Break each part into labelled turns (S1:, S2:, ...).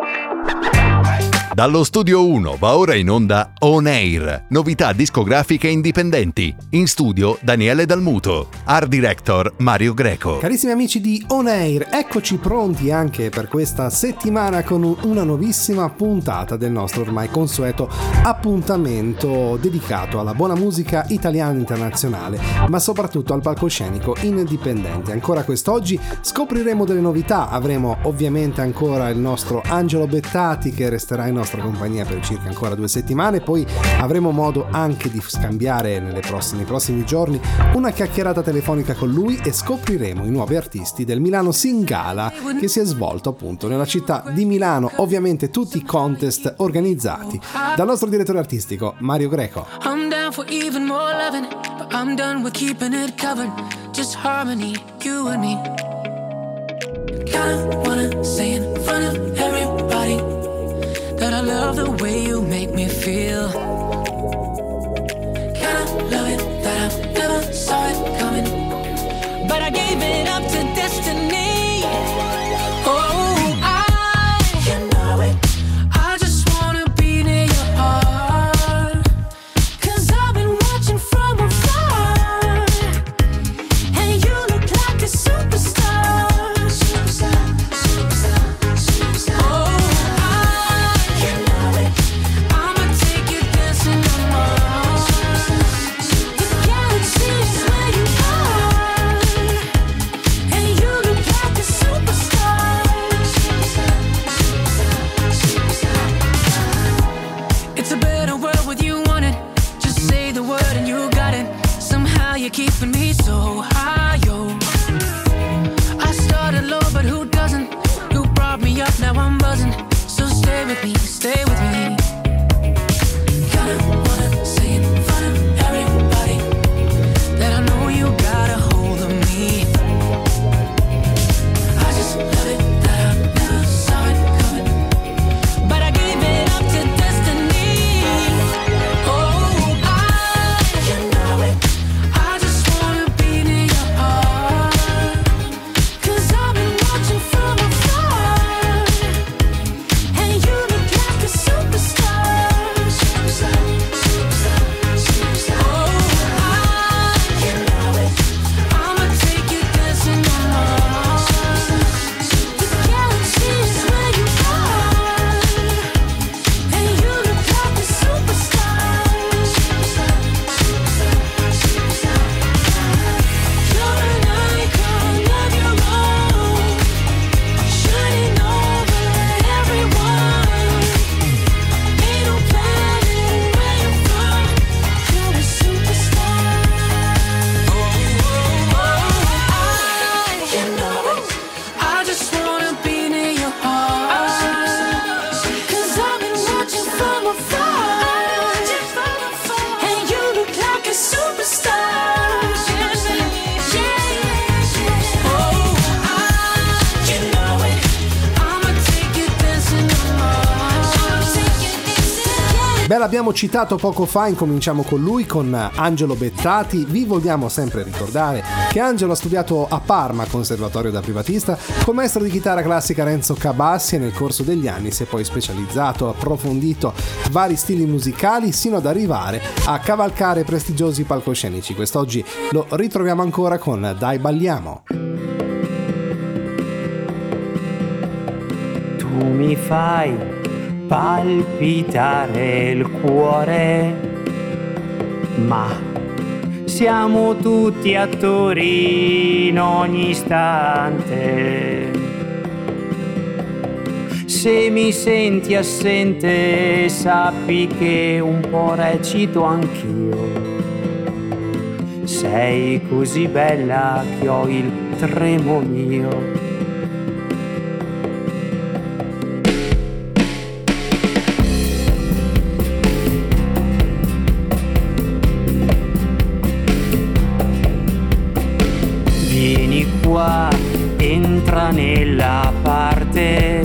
S1: Dallo Studio 1 va ora in onda On Air, novità discografiche indipendenti. In studio Daniele Dalmuto, art director Mario Greco.
S2: Carissimi amici di On Air, eccoci pronti anche per questa settimana con una nuovissima puntata del nostro ormai consueto appuntamento dedicato alla buona musica italiana e internazionale, ma soprattutto al palcoscenico indipendente. Ancora quest'oggi scopriremo delle novità, avremo ovviamente ancora il nostro Angelo Bettati che resterà in nostra compagnia per circa ancora 2 settimane, poi avremo modo anche di scambiare nei prossimi giorni una chiacchierata telefonica con lui e scopriremo i nuovi artisti del Milano Singala che si è svolto appunto nella città di Milano, ovviamente tutti i contest organizzati dal nostro direttore artistico Mario Greco.
S3: I'm down for even more loving, but I'm done with keeping it covered. Just harmony, you and me. Kinda wanna say in front of everybody that I love the way you make me feel. Kinda love it that I never saw it coming, but I gave it up to destiny. Oh, you know it. I just wanna be near your heart, 'cause I've been watching from afar, and you look like a superstar. Superstar, superstar, superstar. Oh, you know it. I'ma take you dancing on Mars. The galaxy's where you are, and you look like a superstar. It's a better world with you on it. Just say the word and you got it. Somehow you're keeping me so high, yo. I started low, but who doesn't? You brought me up, now I'm buzzing. So stay with me, stay with me. Kinda wanna say in front of everybody that I know you got a hold of me. I just love it that I never saw it coming, but I gave it up to destiny. Oh, you know it. I just wanna be near your heart, 'cause I've been watching from afar, and you look like a superstar. Superstar, superstar, superstar. Oh, you know it. I'ma take you dancing on Mars. The galaxy's where you are, and you look like a superstar. Superstar, superstar, superstar. You're an icon of your own, shining over everyone. Ain't no planning where you're from, you're a superstar. You know it. I just wanna be near your heart, 'cause I've been watching from afar, and you look like a superstar. Oh, you know it. I'ma take you dancing on Mars.
S2: Beh, l'abbiamo citato poco fa, incominciamo con lui, con Angelo Bettati. Vi vogliamo sempre ricordare che Angelo ha studiato a Parma, conservatorio da privatista, col maestro di chitarra classica Renzo Cabassi e nel corso degli anni si è poi specializzato, approfondito vari stili musicali sino ad arrivare a cavalcare prestigiosi palcoscenici. Quest'oggi lo ritroviamo ancora con Dai Balliamo.
S4: Tu mi fai palpitare il cuore, ma siamo tutti attori in ogni istante. Se mi senti assente, sappi che un po' recito anch'io. Sei così bella che ho il tremo mio. Qua entra nella parte,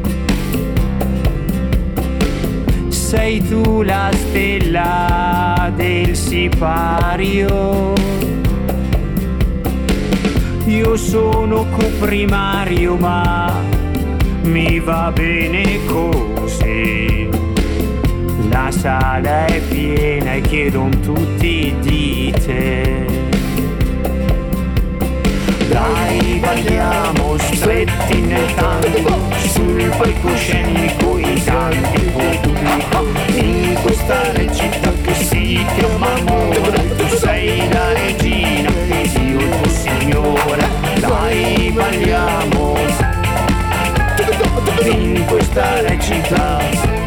S4: sei tu la stella del sipario, io sono coprimario ma mi va bene sala è piena e chiedono tutti di te. Dai, balliamo stretti nel tango, sul palcoscenico i tanti pubblico, in questa recita che si chiama amore, tu sei la regina ed io il tuo signore. Dai, balliamo in questa recita,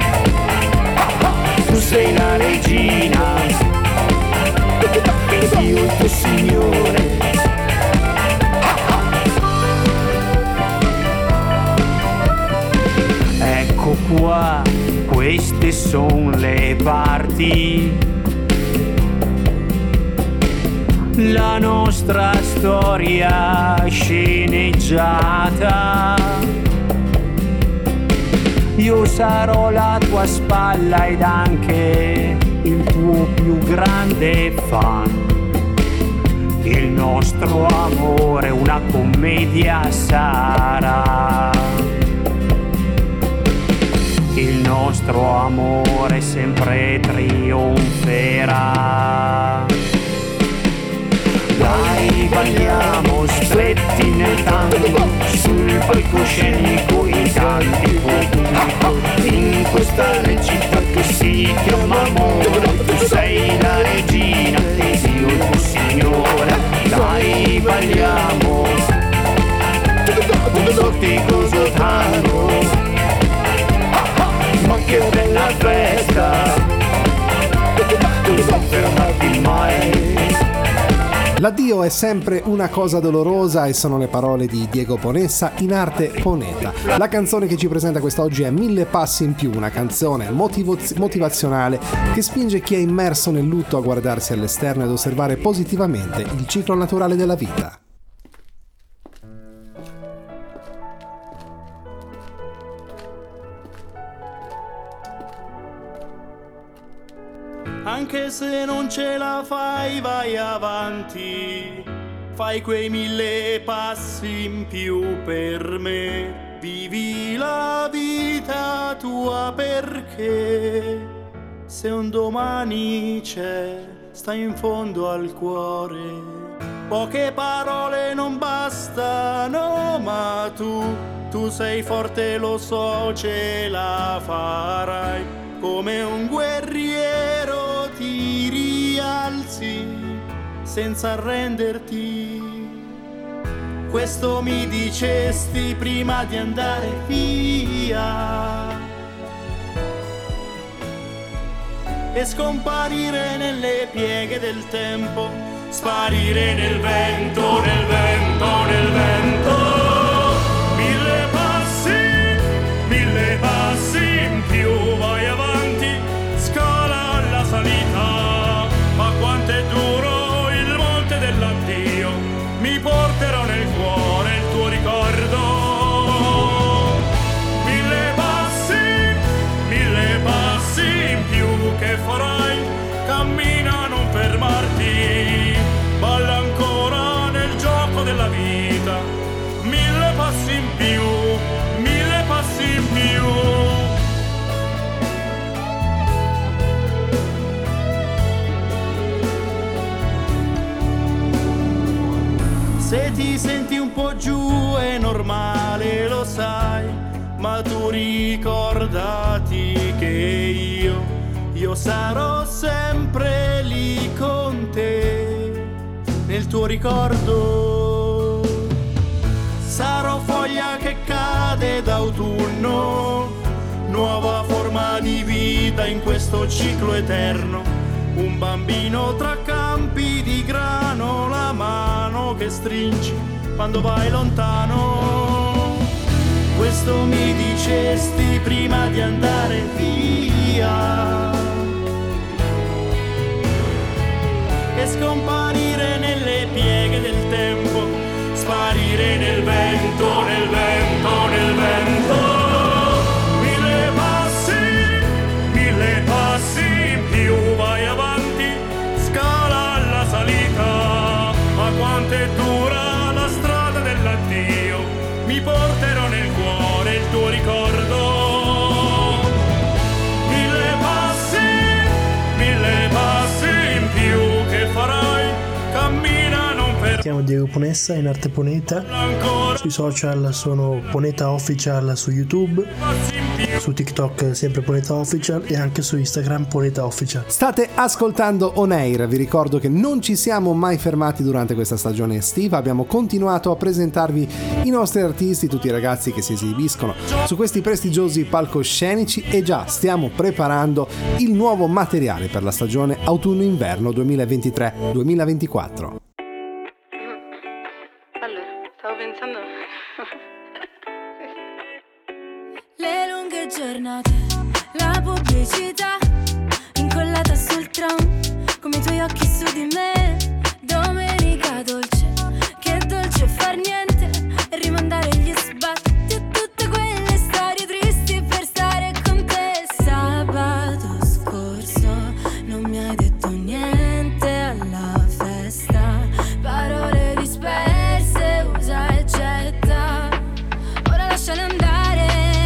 S4: tu sei la regina ed io il tuo signore. Ecco qua, queste son le parti, la nostra storia sceneggiata. Io sarò la tua spalla ed anche il tuo più grande fan. Il nostro amore una commedia sarà. Il nostro amore sempre trionferà. Dai, balliamo stretti nel tango, sul palcoscenico i tanti pubblico, in questa recita che si chiama amore, tu sei la regina ed io il tuo signore. Dai, balliamo un vorticoso tango, ma che bella festa, tu non fermarti mai.
S2: L'addio è sempre una cosa dolorosa e sono le parole di Diego Ponessa, in arte Poneta. La canzone che ci presenta quest'oggi è 1000 passi in più, una canzone motivazionale che spinge chi è immerso nel lutto a guardarsi all'esterno ed osservare positivamente il ciclo naturale della vita.
S5: Anche se non ce la fai, vai avanti, fai quei 1000 passi in più per me, vivi la vita tua perché se un domani c'è, sta in fondo al cuore. Poche parole non bastano, ma tu sei forte, lo so, ce la farai, come un guerriero ti rialzi senza arrenderti. Questo mi dicesti prima di andare via e scomparire nelle pieghe del tempo, sparire nel vento, nel vento, nel vento. 1000 passi in più, vai avanti, scala la salita, ma quanto è duro il monte dell'addio, mi porterò nel cuore il tuo ricordo. 1000 passi in più che farai, cammina, non fermarti, balla ancora nel gioco della vita. 1000 passi in più, 1000 passi in più. Se ti senti un po' giù è normale, lo sai, ma tu ricordati che io sarò sempre lì con te, nel tuo ricordo. Sarò foglia che cade d'autunno, nuova forma di vita in questo ciclo eterno. Un bambino tra campi di grano, la mano che stringi quando vai lontano. Questo mi dicesti prima di andare via e scomparire nelle pieghe del tempo, sparire nel vento, nel vento, nel vento. 1000 passi in più, vai avanti, scala la salita, ma quanto è dura la strada dell'addio, mi porterò nel cuore il tuo ricordo. 1000 passi
S6: chiamo Diego Ponessa, in arte Poneta. Sui social sono Poneta Official su YouTube, su TikTok sempre Poneta Official e anche su Instagram Poneta Official.
S2: State ascoltando On Air, vi ricordo che non ci siamo mai fermati durante questa stagione estiva, abbiamo continuato a presentarvi i nostri artisti, tutti i ragazzi che si esibiscono su questi prestigiosi palcoscenici e già stiamo preparando il nuovo materiale per la stagione autunno-inverno 2023-2024.
S7: Allora, stavo pensando.
S3: Le lunghe giornate, la pubblicità incollata sul tram, come i tuoi occhi su di me. Domenica dolce, che dolce far niente e rimandare gli sbatti a tutte quelle storie tristi per stare con te. Sabato scorso non mi hai detto niente alla festa, parole disperse, usa e getta. Ora lasciale andare,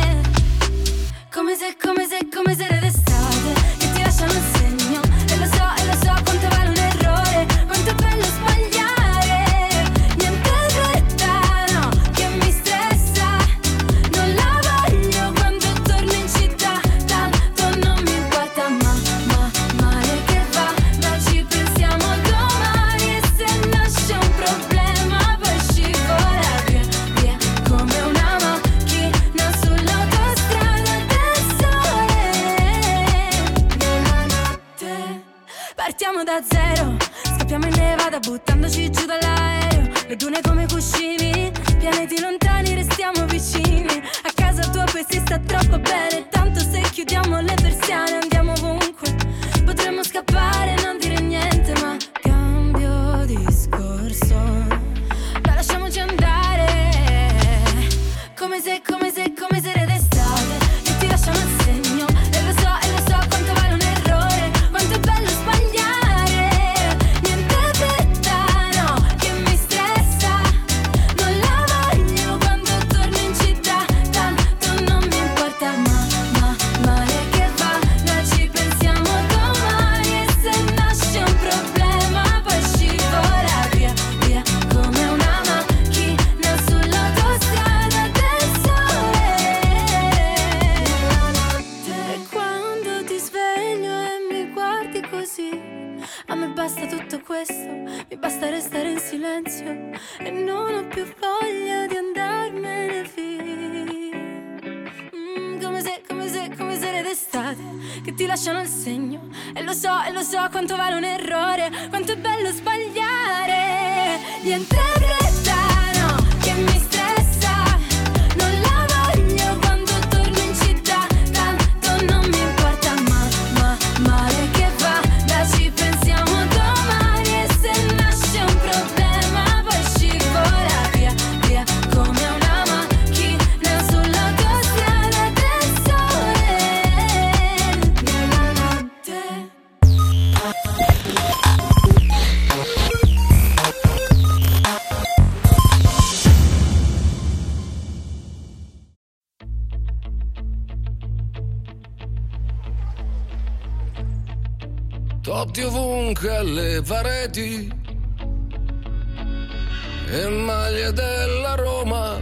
S3: come se era d'estate, che ti lasciano il segno. E lo so quanto vale un errore, quanto è bello sbagliare. Niente fretta, no, che mi stressa. Non la voglio quando torno in città, tanto non mi importa, ma male che va, ma ci pensiamo domani. E se nasce un problema poi scivola via, via, come una macchina sull'autostrada del sole. Nella notte partiamo da zero, scappiamo in Nevada buttandoci giù dall'aereo. Le dune come cuscini, pianeti lontani restiamo vicini. A casa tua poi si sta troppo bene, tanto se chiudiamo le persiane andiamo ovunque. Potremmo scappare e non dire niente, ma cambio discorso, dai, lasciamoci andare, come se era d'estate, e ti lasciano il segno. E lo so quanto vale un errore, quanto è bello sbagliare. Niente fretta, no, che mi stressa. Non la voglio quando torno in città, tanto non mi importa, ma male che va, noi ci pensiamo domani. E se nasce un problema poi scivola via, via, come una macchina sull'autostrada del sole. E quando ti sveglio e mi guardi così, a me basta tutto questo, mi basta restare in silenzio e non ho più voglia di andarmene via. Come se era d'estate, che ti lasciano il segno. E lo so quanto vale un errore, quanto è bello sbagliare. Niente fretta, no, che mi stressa. Non la voglio quando torno in città, tanto non mi importa, ma male che va, dai, ci pensiamo domani. E se nasce un problema poi scivola via, via, come una macchina sull'autostrada del sole. Nella notte.
S8: Totti ovunque alle pareti e maglie della Roma.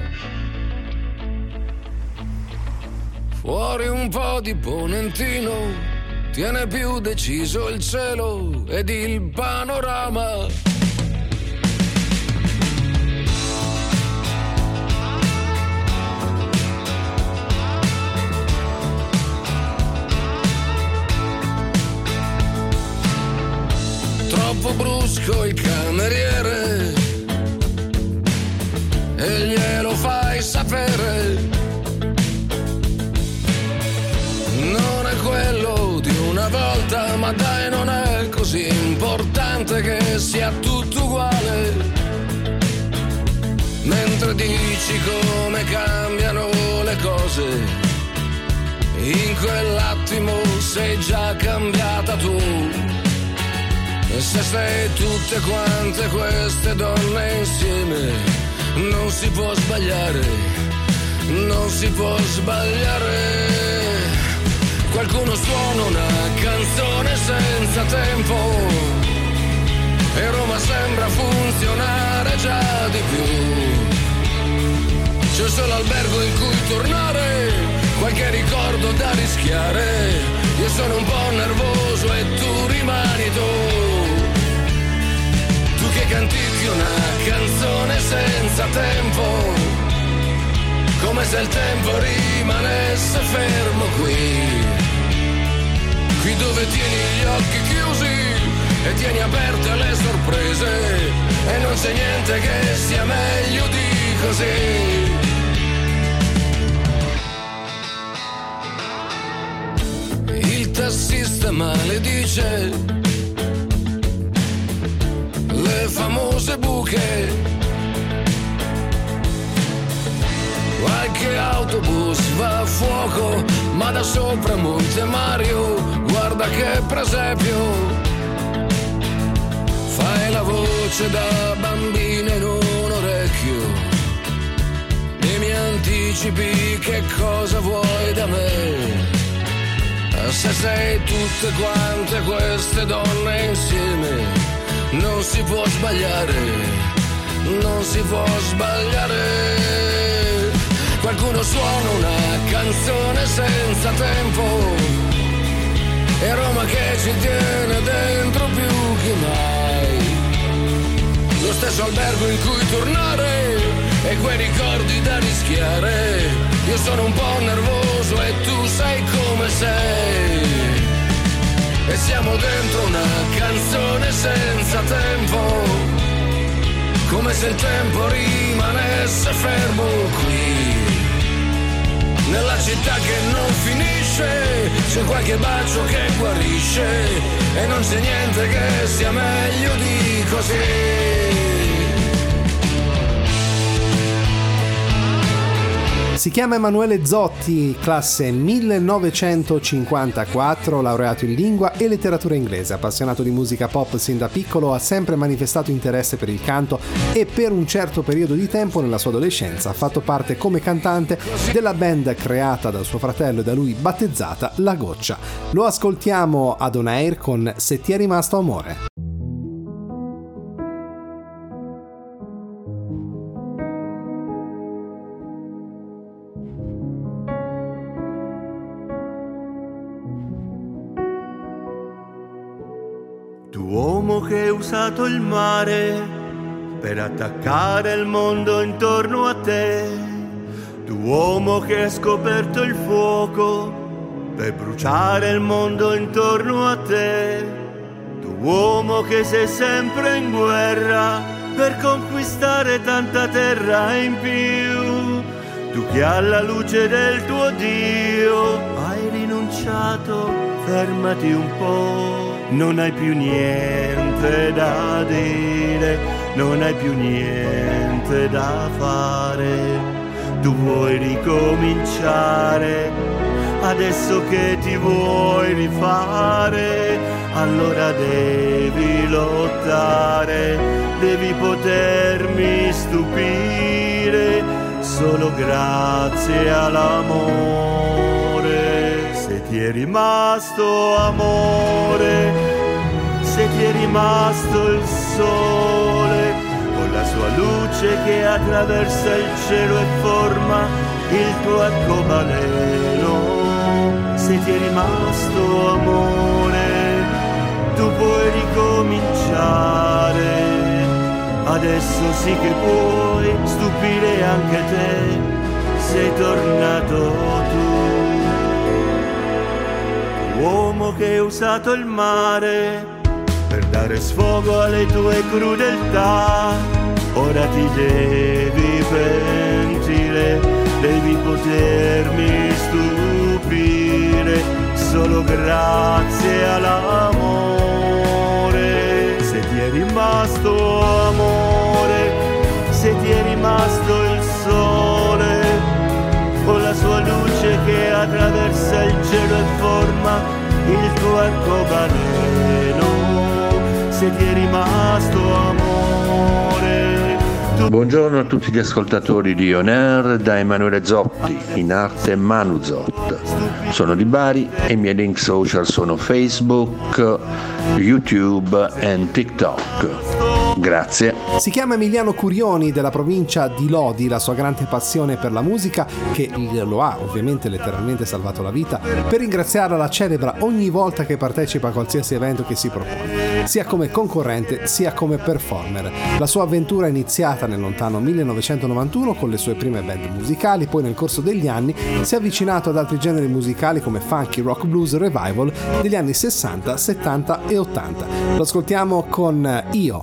S8: Fuori un po' di Ponentino, tiene più deciso il cielo ed il panorama. Troppo brusco il cameriere e glielo fai sapere. Non è quello di una volta, ma dai, non è così importante che sia tutto uguale. Mentre dici come cambiano le cose, in quell'attimo sei già cambiata tu. E se sei tutte quante queste donne insieme, non si può sbagliare, non si può sbagliare. Qualcuno suona una canzone senza tempo e Roma sembra funzionare già di più. C'è solo albergo in cui tornare, qualche ricordo da rischiare. Io sono un po' nervoso e tu rimani tu. Tu che canticchi una canzone senza tempo, come se il tempo rimanesse fermo qui. Qui dove tieni gli occhi chiusi e tieni aperte le sorprese, e non c'è niente che sia meglio di così. Il tassista maledice le famose buche, qualche autobus va a fuoco, ma da sopra Monte Mario, guarda che presepio. Fai la voce da bambina in un orecchio e mi anticipi che cosa vuoi da me. Se sei tutte quante queste donne insieme, non si può sbagliare, non si può sbagliare. Qualcuno suona una canzone senza tempo, e Roma che ci tiene dentro più che mai. Lo stesso albergo in cui tornare e quei ricordi da rischiare. Io sono un po' nervoso e tu sai come sei, e siamo dentro una canzone senza tempo, come se il tempo rimanesse fermo qui. Nella città che non finisce c'è qualche bacio che guarisce, e non c'è niente che sia meglio di così.
S2: Si chiama Emanuele Zotti, classe 1954, laureato in lingua e letteratura inglese. Appassionato di musica pop sin da piccolo, ha sempre manifestato interesse per il canto e per un certo periodo di tempo nella sua adolescenza ha fatto parte come cantante della band creata da suo fratello e da lui battezzata La Goccia. Lo ascoltiamo ad On Air con Se ti è rimasto amore.
S9: Uomo che hai usato il mare per attaccare il mondo intorno a te, tu uomo che hai scoperto il fuoco per bruciare il mondo intorno a te, tu uomo che sei sempre in guerra per conquistare tanta terra in più, tu che alla luce del tuo Dio hai rinunciato, fermati un po'. Non hai più niente da dire, non hai più niente da fare. Tu vuoi ricominciare, adesso che ti vuoi rifare, allora devi lottare, devi potermi stupire, solo grazie all'amore. Se ti è rimasto amore, se ti è rimasto il sole, con la sua luce che attraversa il cielo e forma il tuo arcobaleno, se ti è rimasto amore, tu puoi ricominciare, adesso sì che puoi stupire anche te, sei tornato tu. Uomo che hai usato il mare per dare sfogo alle tue crudeltà, ora ti devi pentire, devi potermi stupire, solo grazie all'amore. Se ti è rimasto amore, se ti è rimasto il sole, con la sua luce che attraversa il cielo e forma il tuo arcobaleno, se ti è rimasto amore, tu
S10: Buongiorno a tutti gli ascoltatori di On Air da Emanuele Zotti, in arte Manu Zott. Sono di Bari e i miei link social sono Facebook, YouTube e TikTok. Grazie.
S2: Si chiama Emiliano Curioni, della provincia di Lodi. La sua grande passione per la musica, che lo ha ovviamente letteralmente salvato la vita, per ringraziarla la celebra ogni volta che partecipa a qualsiasi evento che si propone, sia come concorrente sia come performer. La sua avventura è iniziata nel lontano 1991 con le sue prime band musicali, poi nel corso degli anni si è avvicinato ad altri generi musicali come funky, rock, blues, revival degli anni 60, 70 e 80. Lo ascoltiamo con Io.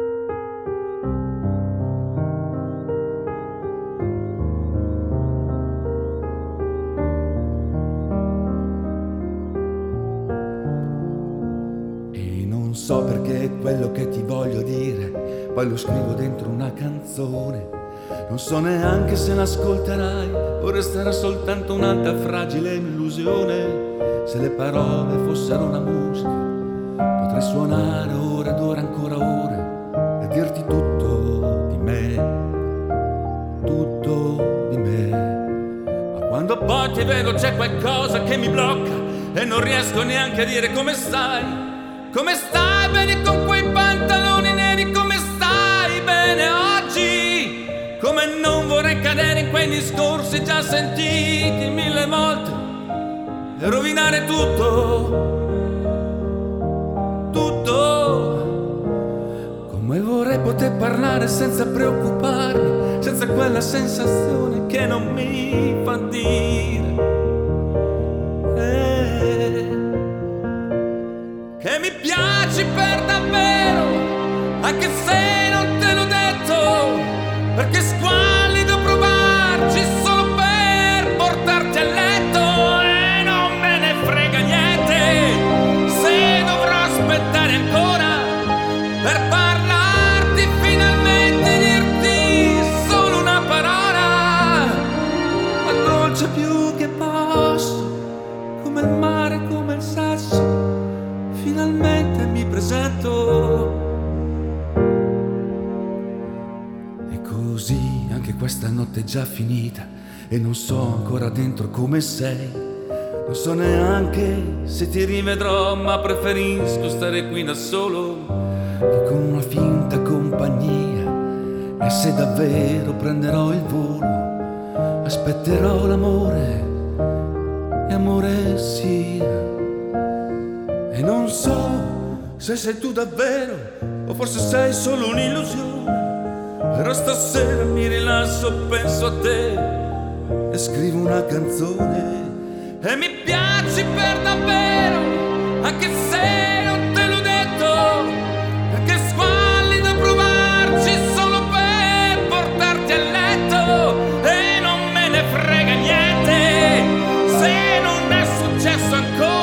S11: Non so perché quello che ti voglio dire, poi lo scrivo dentro una canzone. Non so neanche se l'ascolterai, o resterà soltanto un'altra fragile illusione. Se le parole fossero una musica, potrei suonare ore ed ore, ancora ore, e dirti tutto di me, tutto di me. Ma quando poi ti vedo c'è qualcosa che mi blocca e non riesco neanche a dire come stai. Come stai bene con quei pantaloni neri? Come stai bene oggi? Come non vorrei cadere in quei discorsi già sentiti 1000 volte e rovinare tutto, tutto. Come vorrei poter parlare senza preoccuparmi, senza quella sensazione che non mi fa dire che mi piaci per davvero, anche se non te l'ho detto, perché squallido provarci solo per portarti a letto e non me ne frega niente se dovrò aspettare ancora per parlarti finalmente, dirti solo una parola, ma dolce più che posso, come il mare, come il sasso. Finalmente mi presento. E così anche questa notte è già finita e non so ancora dentro come sei. Non so neanche se ti rivedrò, ma preferisco stare qui da solo che con una finta compagnia. E se davvero prenderò il volo, aspetterò l'amore e amore sia. E non so se sei tu davvero o forse sei solo un'illusione, però stasera mi rilasso, penso a te e scrivo una canzone. E mi piaci per davvero, anche se non te l'ho detto, perché squallido provarci solo per portarti a letto e non me ne frega niente se non è successo ancora.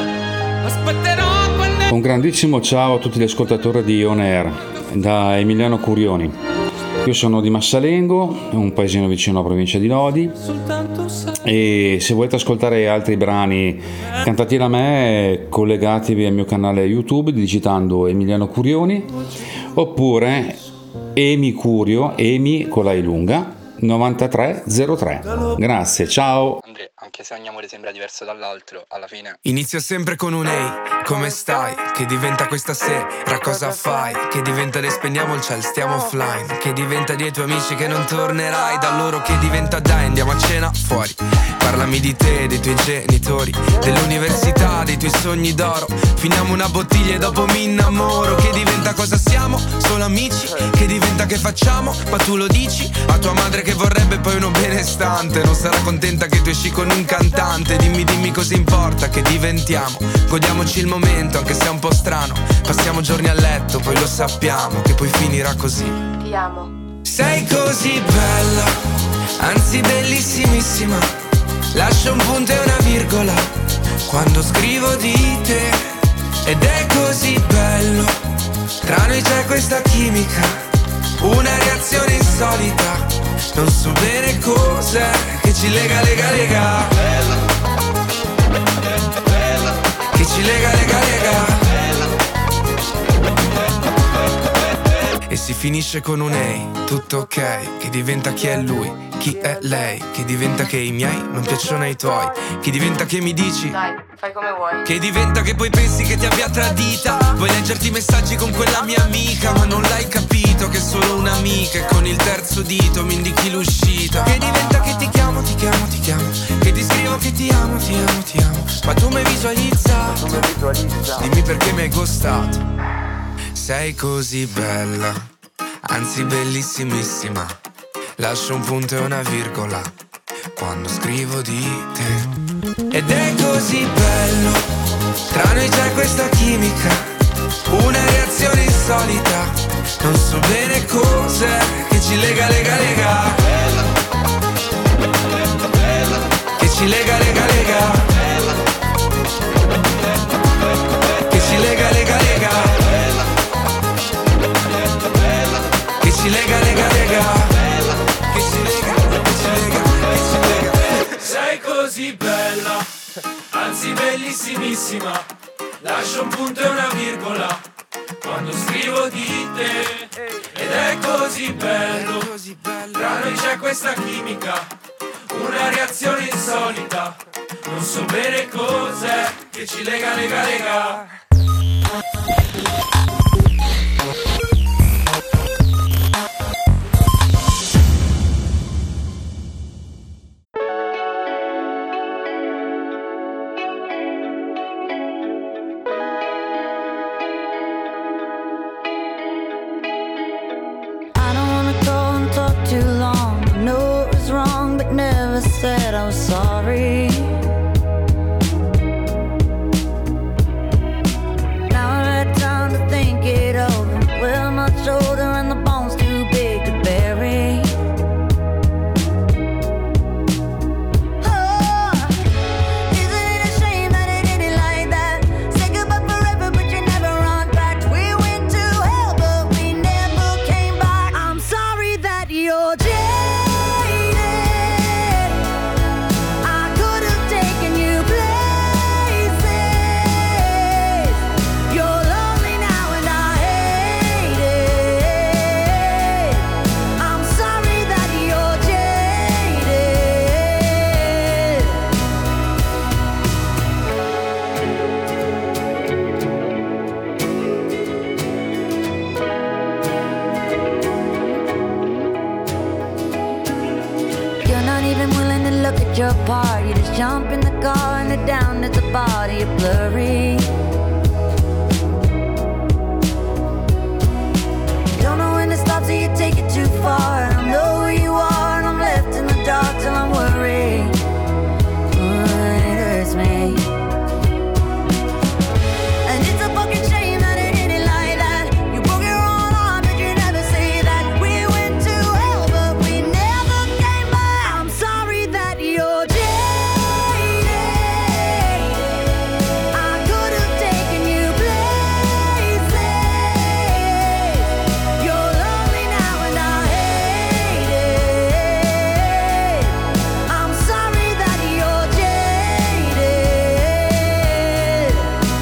S12: Un grandissimo ciao a tutti gli ascoltatori di On Air da Emiliano Curioni. Io sono di Massalengo, un paesino vicino alla provincia di Lodi, e se volete ascoltare altri brani cantati da me collegatevi al mio canale YouTube digitando Emiliano Curioni oppure Emi Curio, Emi con la I lunga 9303. Grazie, ciao.
S13: Andrea, anche se ogni amore sembra diverso dall'altro, alla fine
S14: inizia sempre con un ehi, come stai? Che diventa questa sera, cosa fai? Che diventa le spegniamo il ciel, stiamo offline. Che diventa dei tuoi amici che non tornerai, da loro che diventa dai andiamo a cena fuori. Parlami di te, dei tuoi genitori, dell'università, dei tuoi sogni d'oro. Finiamo una bottiglia e dopo mi innamoro. Che diventa cosa siamo? Solo amici? Che diventa che facciamo? Ma tu lo dici a tua madre che vorrebbe poi uno benestante. Non sarà contenta che tu esci con un cantante. Dimmi cosa importa che diventiamo. Godiamoci il momento anche se è un po' strano. Passiamo giorni a letto poi lo sappiamo che poi finirà così.
S15: Ti amo.
S14: Sei così bella, anzi bellissimissima. Lascio un punto e una virgola quando scrivo di te. Ed è così bello, tra noi c'è questa chimica, una reazione insolita. Non so bene cos'è che ci lega. Che ci lega. E si finisce con un ehi, tutto ok, che diventa chi è lui, chi è lei, che diventa che i miei non piacciono ai tuoi, che diventa che mi dici
S7: Dai, fai come vuoi.
S14: che diventa che poi pensi che ti abbia tradita. Vuoi leggerti i messaggi con quella mia amica, ma non l'hai capito che è solo un'amica e con il terzo dito mi indichi l'uscita. Che diventa che ti chiamo, ti chiamo, ti chiamo, che ti scrivo che ti amo, ti amo, ti amo, ma tu mi hai visualizzato. Dimmi perché mi hai ghostato. Sei così bella, anzi bellissimissima. Lascio un punto e una virgola quando scrivo di te. Ed è così bello, tra noi c'è questa chimica, una reazione insolita. Non so bene cos'è che ci lega, lega, lega, che ci lega, lega, lega, che ci lega, lega, lega, che ci lega, lega, lega, che ci lega, che ci lega, che ci lega. Sei così bella, anzi bellissimissima. Lascio un punto e una virgola quando scrivo di te. Ed è così bello, tra noi c'è questa chimica, una reazione insolita. Non so bene cos'è che ci lega, lega, lega.
S15: Said I was sorry. Now I've had time to think it over. We're much older and the bone's too big to bury. Oh, isn't it a shame that it ended like that? Say goodbye forever, but you never run back. We went to hell, but we never came back. I'm sorry that you're jaded. Your part, you just jump in the car and it down at the body, you're blurry. Don't know when to stop till you take it too far. I don't know where you are and I'm left in the dark till I'm worried. It hurts me. And it's a fucking shame that it ended like that. You broke your own heart but you never say that. We went to hell but we never came back. I'm sorry that you're jaded. I could have taken you places. You're lonely now and I hate it. I'm sorry that you're jaded.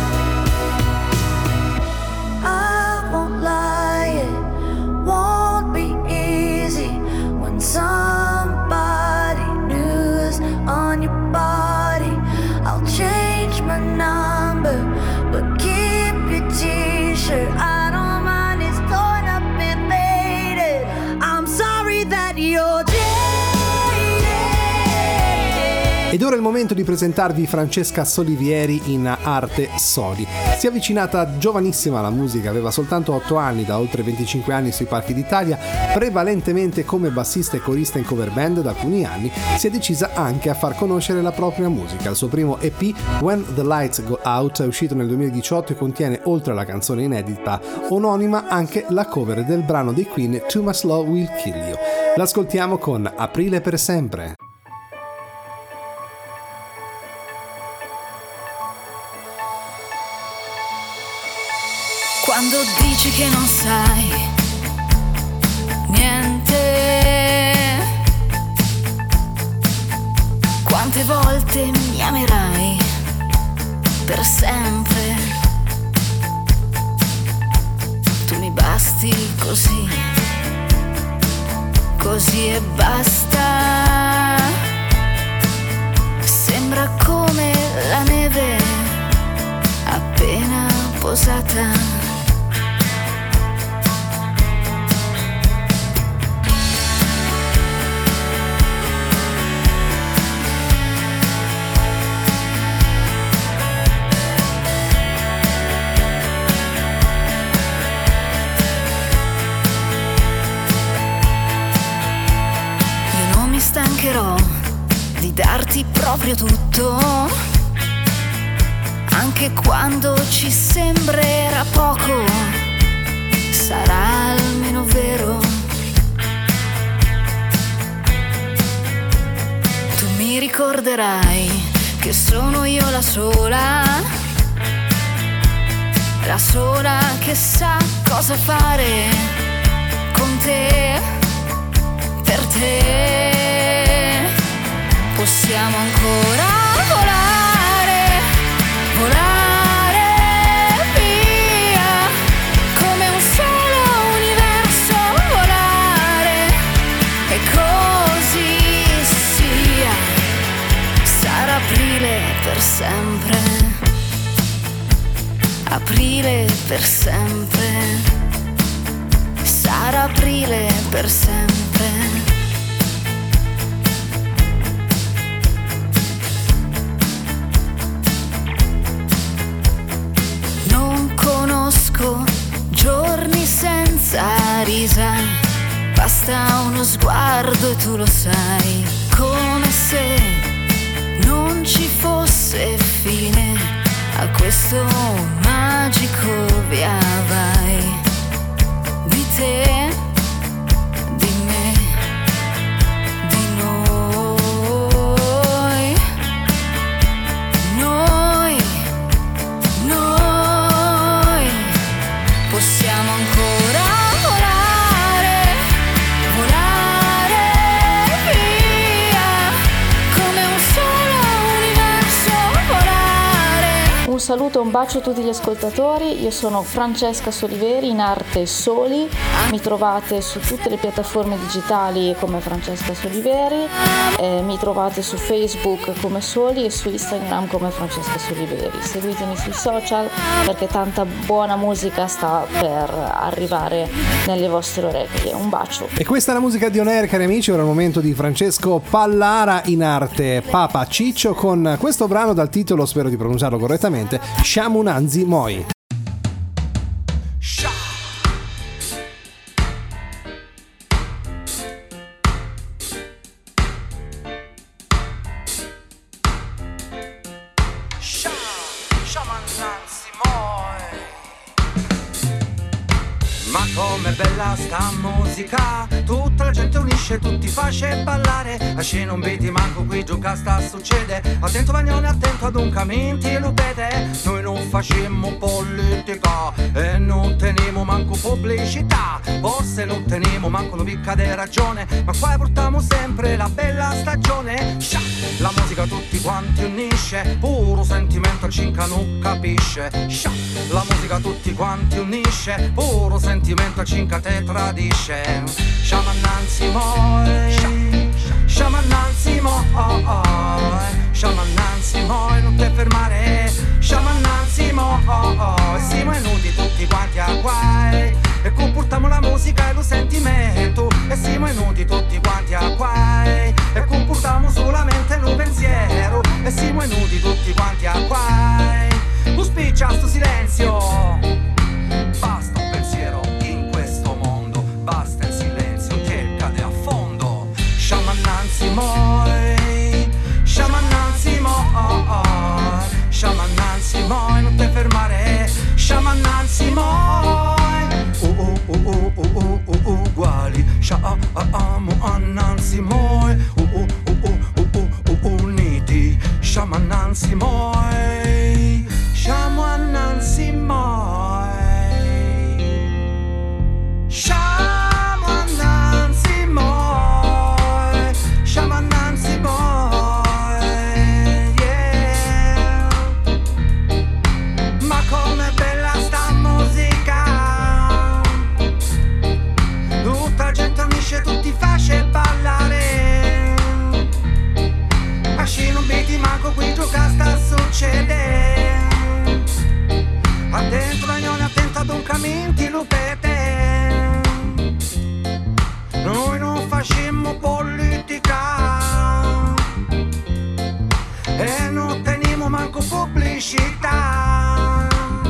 S15: I won't lie, it won't be easy when somebody new's on your body. I'll change my number, but keep your t-shirt. I don't mind, it's torn up and faded. I'm sorry that you're jaded.
S2: Ed ora è il momento di presentarvi Francesca Solivieri in Arte Soli. Si è avvicinata giovanissima alla musica, aveva soltanto 8 anni, da oltre 25 anni sui palchi d'Italia, prevalentemente come bassista e corista in cover band. Da alcuni anni si è decisa anche a far conoscere la propria musica. Il suo primo EP, When the Lights Go Out, è uscito nel 2018 e contiene, oltre alla canzone inedita omonima, anche la cover del brano dei Queen Too Much Love Will Kill You. L'ascoltiamo con Aprile per sempre.
S3: Quando dici che non sai niente, quante volte mi amerai per sempre, tu mi basti così.
S15: così e basta. Sembra come la neve appena posata. Stancherò di darti proprio tutto, anche quando ci sembrerà poco, sarà almeno vero. Tu mi ricorderai che sono io la sola che sa cosa fare con te, per te. Possiamo ancora volare, volare via, come un solo universo volare, e così sia. Sarà aprile per sempre, aprile per sempre, sarà aprile per sempre. Giorni senza risa, basta uno sguardo e tu lo sai, come se non ci fosse fine a questo magico via vai di te, di me, di noi, noi. Possiamo ancora volare, volare via, come un solo universo volare.
S16: Un saluto e un bacio a tutti gli ascoltatori. Io sono Francesca Soliveri, in arte Soli. Mi trovate su tutte le piattaforme digitali come Francesca Soliveri, mi trovate su Facebook come Soli e su Instagram come Francesca Soliveri. Seguitemi sui social perché tanta buona musica sta per arrivare nelle vostre orecchie. Un bacio.
S2: E questa è la musica di On Air, cari amici. Ora è il momento di Francesco Pallara, in arte Papa Ciccio, con questo brano dal titolo, spero di pronunciarlo correttamente, Shamunanzi Moi.
S17: Ma com'è bella sta musica, tutta la gente unisce, tutti face ballare. A scena non vedi manco qui gioca sta succede. Attento Vagnone, attento ad un caminti lo vede. Noi non facemmo politica e non teniamo manco pubblicità. Forse non teniamo manco lo picca de ragione, ma qua portiamo sempre la bella stagione. La musica tutti quanti unisce, puro sentimento al cinca non capisce. La musica tutti quanti unisce, puro sentimento al cinca te tradisce. Sciamannanzi moi, sciamannanzi moi, sciamannanzi moi, non te fermare. Sciamannanzi moi, siamo venuti tutti quanti a guai e comportiamo la musica e lo sentimento. E siamo venuti tutti quanti a guai e comportiamo solamente lo pensiero. E siamo venuti tutti quanti a guai. Tu spiccia sto silenzio, basta un pensiero in questo mondo, basta il silenzio che cade a fondo. Sciamannanzi moi, sciamannanzi moi, sciamannanzi moi, non te fermare. Sciamannanzi moi, uguali. Sciamannanzi moi, uniti. Sciamannanzi moi, sciamannanzi moi. Sciamannanzi moi, sciamannanzi moi, yeah. Ma com'è bella sta musica, tutta la gente unisce, tutti face e felicità.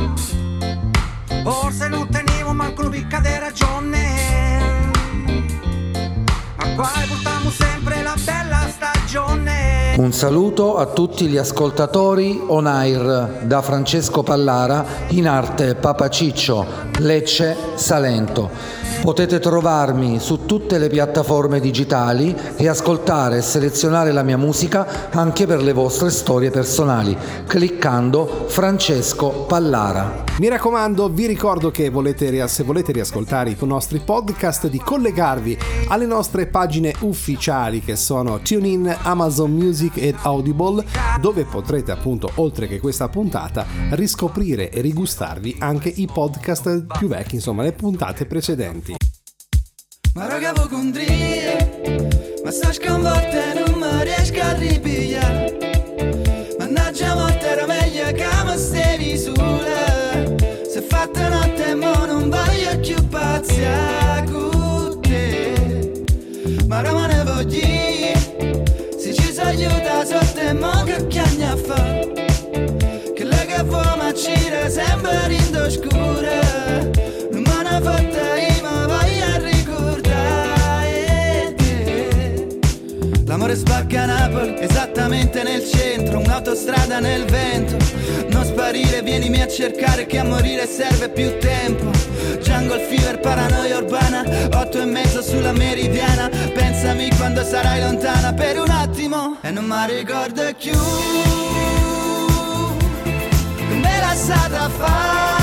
S17: Forse non tenevo manco una picca di ragione, ma qua portiamo sempre la bella stagione.
S18: Un saluto a tutti gli ascoltatori On Air da Francesco Pallara, in arte Papa Ciccio, Lecce, Salento. Potete trovarmi su tutte le piattaforme digitali e ascoltare e selezionare la mia musica anche per le vostre storie personali, cliccando Francesco Pallara.
S2: Mi raccomando, vi ricordo che se volete riascoltare i nostri podcast, di collegarvi alle nostre pagine ufficiali che sono TuneIn, Amazon Music ed Audible, dove potrete appunto, oltre che questa puntata, riscoprire e rigustarvi anche i podcast più vecchi, insomma le puntate precedenti.
S19: Ma raga voi condrie, ma sta sconvolta e non mi riesco a ripigliare. Mannaggia morte, era meglio che mi stavi sola. Se fatta notte e mo non voglio più pazzia con te. Ma ora me ne voglio, se ci si aiuta sotto e mo che chiagna fa. Che lei che vuoi ma gira sempre in oscura. Non me ne fotta io ma voglio ricordare te. L'amore spacca Napoli, esattamente nel centro, un'autostrada nel vento. Non sparire, vienimi a cercare che a morire serve più tempo. Jungle fever, paranoia urbana, 8:30 sulla meridiana. Pensami quando sarai lontana per un attimo e non mi ricordo più. Me la stata fa,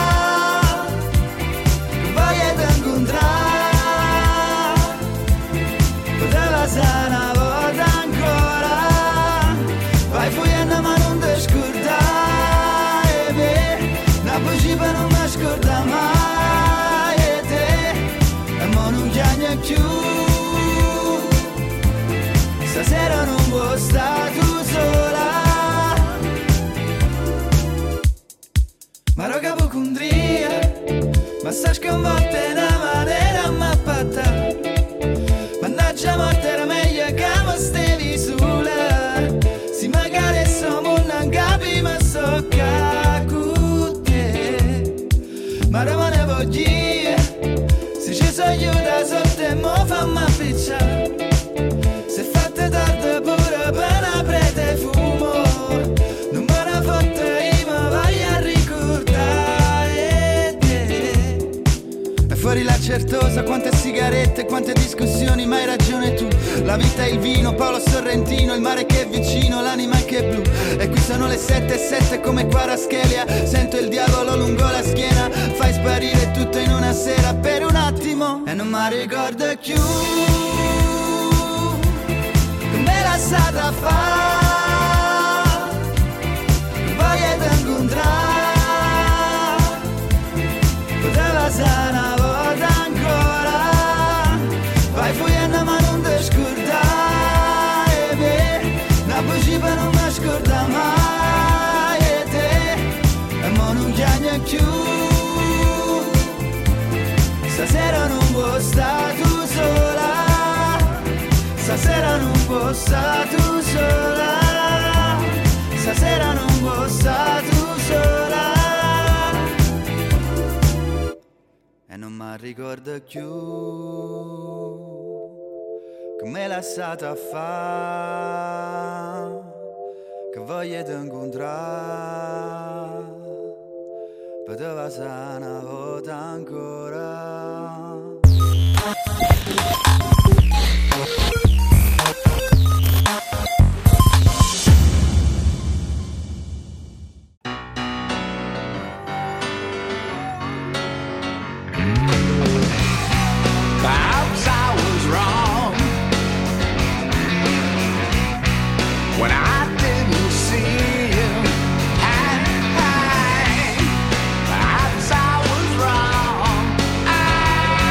S19: voglio te incontrare, poteva essere una volta ancora. Vai fuggendo ma non ti scordare me, una posiva non mi scorda mai e te, e mo non chiagna più. Stasera non vuoi stare tu sola. Ma roga vocundria, ma sta sconvolta in una maniera mappatta. Mannaggia morte, era meglio che mi stavi sola. Si magari siamo non capi ma so con te. Ma ora me ne voglio, se ci si aiuta sotto e mo fammi appicciare. Se fate tardi pure appena prete fumo, non me ne fotte io ma voglio ricordare te. E fuori la certosa, quante sigarette, quante discussioni, ma hai ragione tu. La vita è il vino, Paolo Sorrentino, il mare che è vicino, l'anima che è blu. E qui sono le 7:07 come Quaraschelia, sento il diavolo lungo la schiena. Fai sparire tutto in una sera per un attimo e non mi ricordo più. Me la stata fa, voglio te incontrare, poteva essere una volta ancora. Vai fuggendo ma non ti scordare me, una posiva non mi scorda mai e te, e mo non chiagna più. Stasera non vuoi stare tu sola, stasera non può stare tu sola, stasera non può stare tu sola. E non mi ricordo più come la stata a fa, che voglio te incontrare, poteva essere una volta ancora.
S20: Perhaps I was wrong when I didn't see you. Perhaps I was wrong.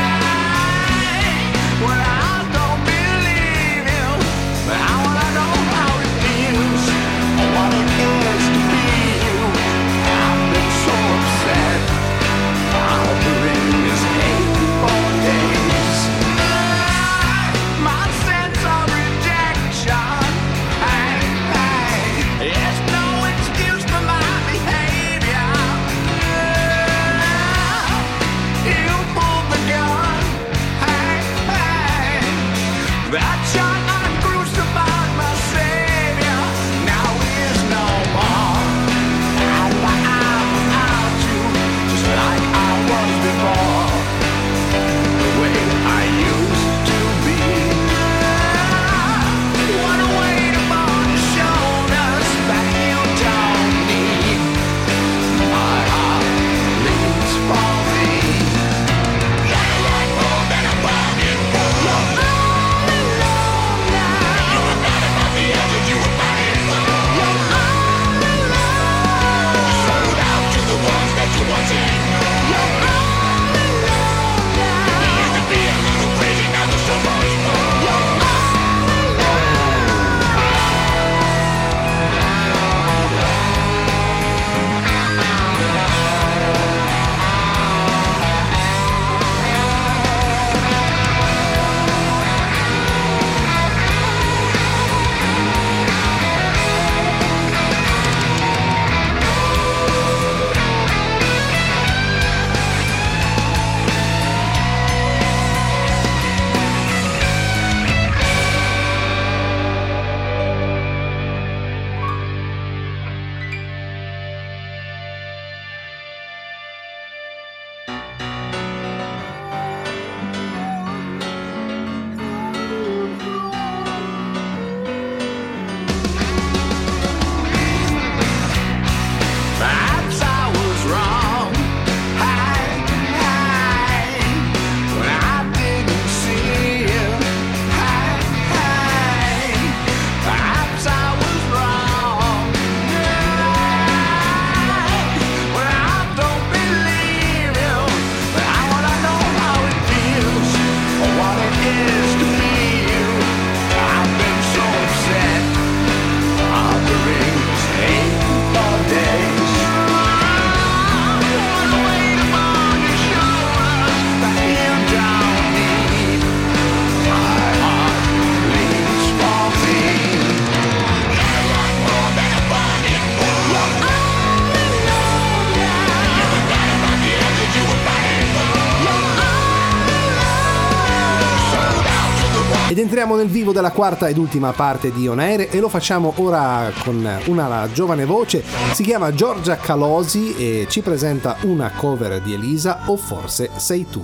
S2: Ed entriamo nel vivo della quarta ed ultima parte di On Air e lo facciamo ora con una giovane voce, si chiama Giorgia Calosi e ci presenta una cover di Elisa, O forse sei tu.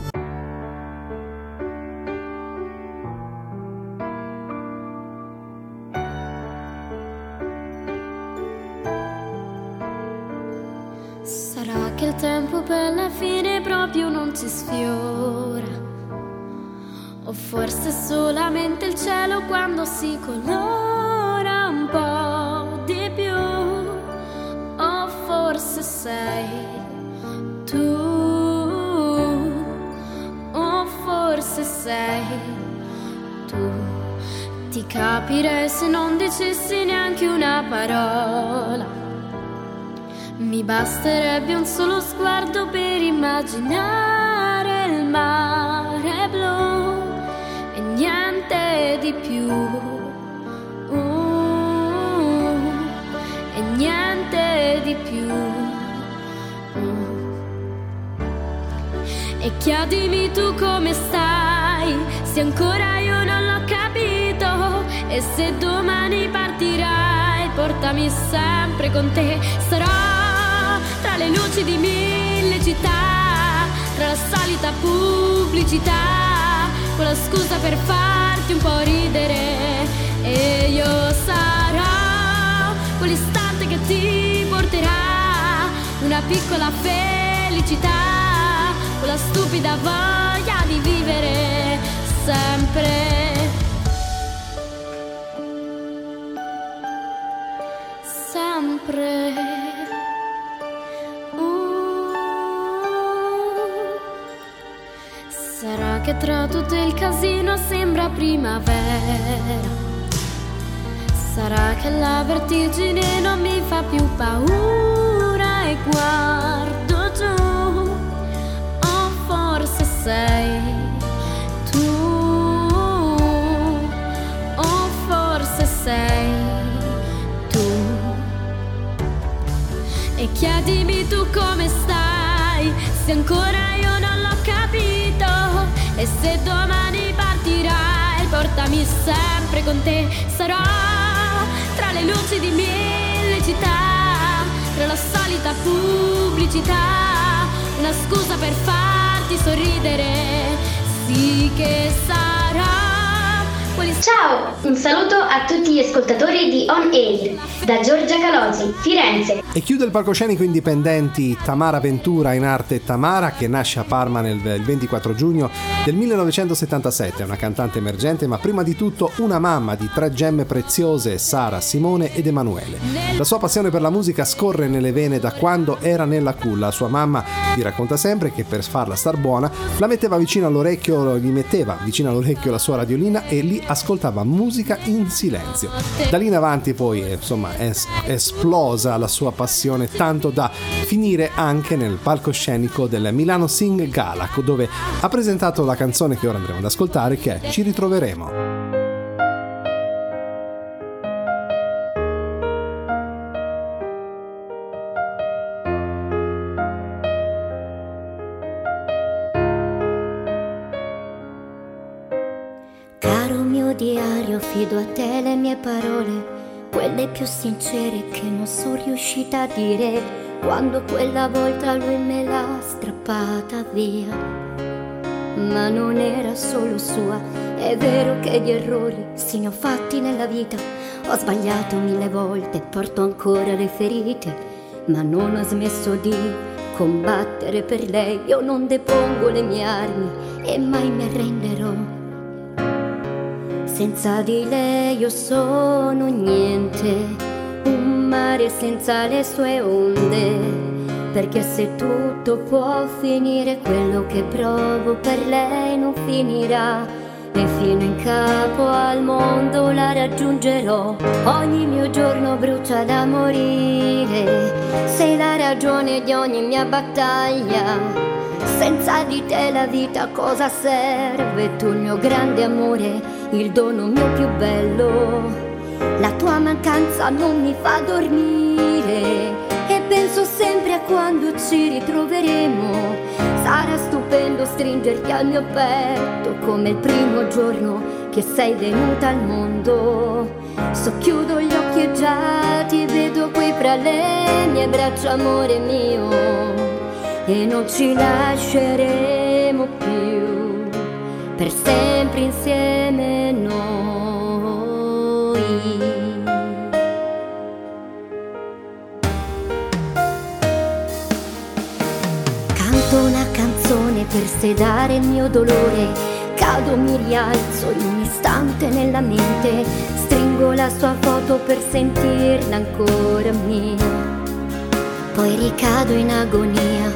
S21: Sarà che il tempo per la fine proprio non ci sfiora, o forse solamente il cielo quando si colora un po' di più, o forse sei tu, o forse sei tu. Ti capirei se non dicessi neanche una parola, mi basterebbe un solo sguardo per immaginare il mare blu e niente di più, e niente di più. E chiedimi tu come stai, se ancora io non l'ho capito, e se domani partirai, portami sempre con te. Sarò tra le luci di mille città, tra la solita pubblicità, con la scusa per farti un po' ridere. E io sarò quell'istante che ti porterà una piccola felicità, con la stupida voglia di vivere sempre. Sempre. Sarà che tra tutto il casino sembra primavera, sarà che la vertigine non mi fa più paura e guardo giù, o forse sei tu, o forse sei tu. E chiedimi tu come stai, se ancora io non l'ho capito, e se domani partirai, portami sempre con te. Sarò tra le luci di mille città, tra la solita pubblicità, una scusa per farti sorridere. Sì che sarà.
S22: Ciao, un saluto a tutti gli ascoltatori di On Air da Giorgia Calosi, Firenze.
S2: E chiude il palcoscenico indipendenti Tamara Ventura, in arte Tamara, che nasce a Parma il 24 giugno del 1977. È una cantante emergente, ma prima di tutto una mamma di 3 gemme preziose, Sara, Simone ed Emanuele. La sua passione per la musica scorre nelle vene da quando era nella culla. Sua mamma vi racconta sempre che per farla star buona la metteva vicino all'orecchio, gli metteva vicino all'orecchio la sua radiolina e lì ascoltava musica in silenzio. Da lì in avanti poi insomma è esplosa la sua passione, tanto da finire anche nel palcoscenico del Milano Sing Gala, dove ha presentato la canzone che ora andremo ad ascoltare, che è Ci ritroveremo.
S23: Diario, fido a te le mie parole, quelle più sincere che non sono riuscita a dire, quando quella volta lui me l'ha strappata via. Ma non era solo sua, è vero che di errori sì ne ho fatti nella vita, ho sbagliato 1000 volte, porto ancora le ferite, ma non ho smesso di combattere per lei. Io non depongo le mie armi e mai mi arrenderò. Senza di lei io sono niente, un mare senza le sue onde, perché se tutto può finire, quello che provo per lei non finirà, e fino in capo al mondo la raggiungerò. Ogni mio giorno brucia da morire, sei la ragione di ogni mia battaglia. Senza di te la vita a cosa serve? Tu il mio grande amore, il dono mio più bello. La tua mancanza non mi fa dormire e penso sempre a quando ci ritroveremo. Sarà stupendo stringerti al mio petto come il primo giorno che sei venuta al mondo. Socchiudo gli occhi e già ti vedo qui fra le mie braccia, amore mio, e non ci lasceremo più, per sempre insieme noi. Canto una canzone per sedare il mio dolore, cado, mi rialzo in un istante nella mente, stringo la sua foto per sentirla ancora mia, poi ricado in agonia.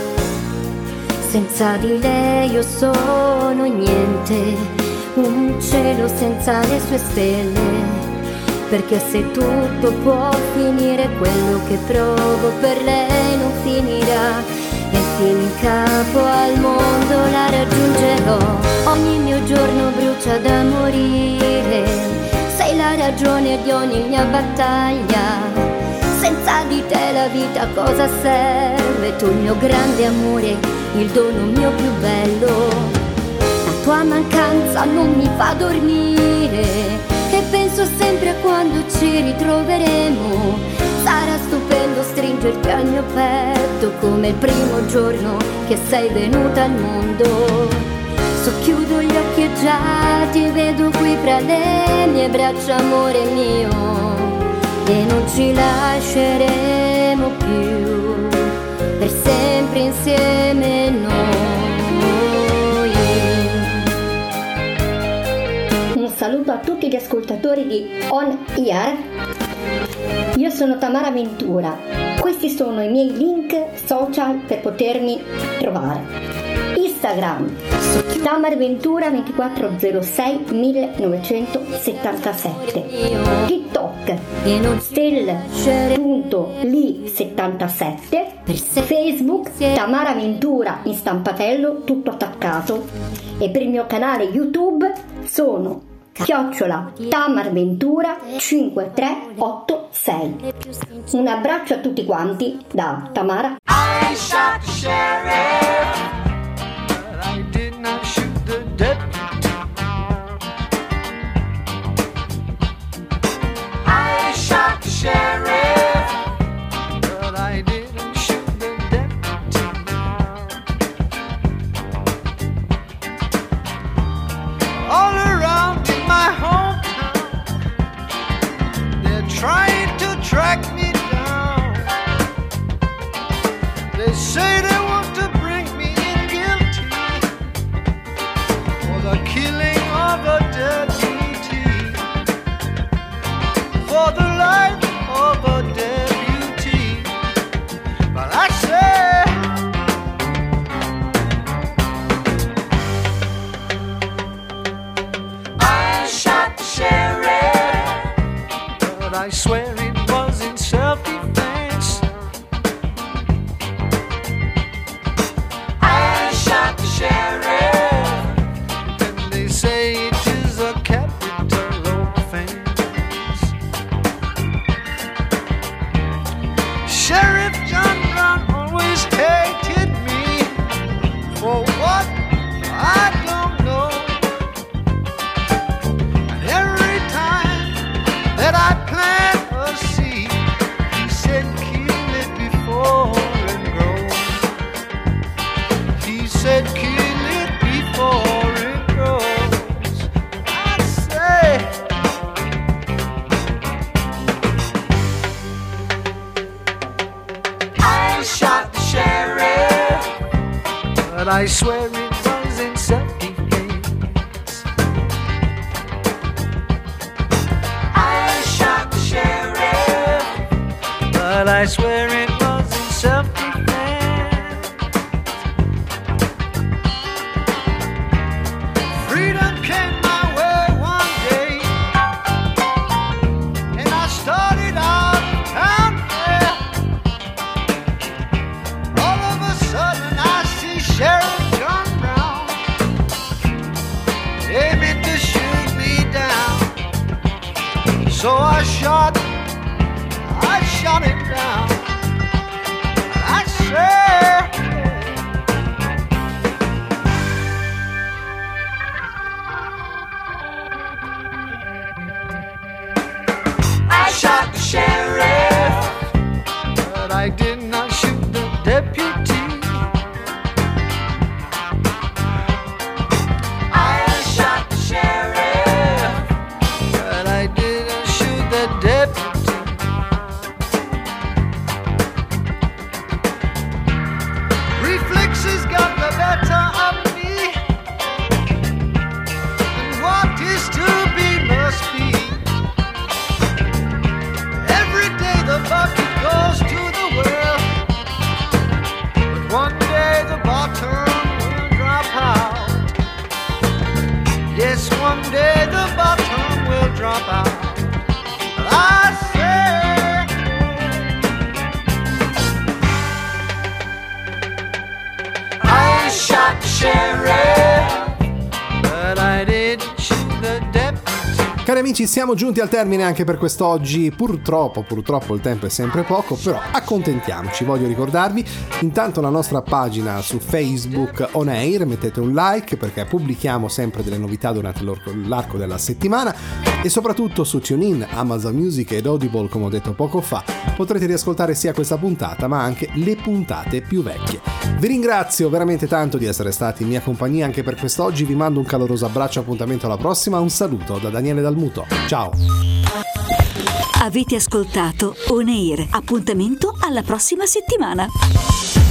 S23: Senza di lei io sono niente, un cielo senza le sue stelle, perché se tutto può finire, quello che provo per lei non finirà. E fino in capo al mondo la raggiungerò. Ogni mio giorno brucia da morire, sei la ragione di ogni mia battaglia. Senza di te la vita a cosa serve? Tu il mio grande amore, il dono mio più bello. La tua mancanza non mi fa dormire e penso sempre a quando ci ritroveremo. Sarà stupendo stringerti al mio petto come il primo giorno che sei venuta al mondo. Socchiudo gli occhi e già ti vedo qui fra le mie braccia, amore mio, e non ci lasceremo più, per sempre insieme noi.
S1: Un saluto a tutti gli ascoltatori di On Air. Io sono Tamara Ventura, questi sono i miei link social per potermi trovare. Instagram, Tamara Ventura 2406 1977. TikTok, Stella.li77. Facebook, Tamara Ventura in stampatello, tutto attaccato. E per il mio canale YouTube sono @Tamarventura 5386. Un abbraccio a tutti quanti da Tamara.
S20: I shot the sheriff, but I did not shoot the deputy. I shot the sheriff, but I didn't shoot the deputy. All around in my hometown, they're trying to track me down. They say they want to bring me in guilty for the killing of a deputy, for the life of a deputy. But I say, I shot the sheriff, but I swear it was in self-defense. I shot the sheriff, and they say it is a capital offense. Sheriff John Brown always hated me for what I don't know. And every time that I plant a seed, he said kill it before it grows. He said kill it before it grows. I say, I shot the sheriff, but I swear it was in self-defense. I shot the sheriff, but I swear it was in self-defense. Freedom came my way one day, and I started out town there. All of a sudden I see Sheriff John Brown aiming to shoot me down. So I shot him down. I
S19: sheriff, but I did shoot the deputy.
S2: Cari amici, siamo giunti al termine anche per quest'oggi. Purtroppo il tempo è sempre poco, però accontentiamoci. Voglio ricordarvi intanto la nostra pagina su Facebook On Air, mettete un like perché pubblichiamo sempre delle novità durante l'arco della settimana, e soprattutto su TuneIn, Amazon Music ed Audible, come ho detto poco fa, potrete riascoltare sia questa puntata ma anche le puntate più vecchie. Vi ringrazio veramente tanto di essere stati in mia compagnia anche per quest'oggi, vi mando un caloroso abbraccio, appuntamento alla prossima, un saluto da Daniele Dalmuto, ciao!
S4: Avete ascoltato On Air, appuntamento alla prossima settimana.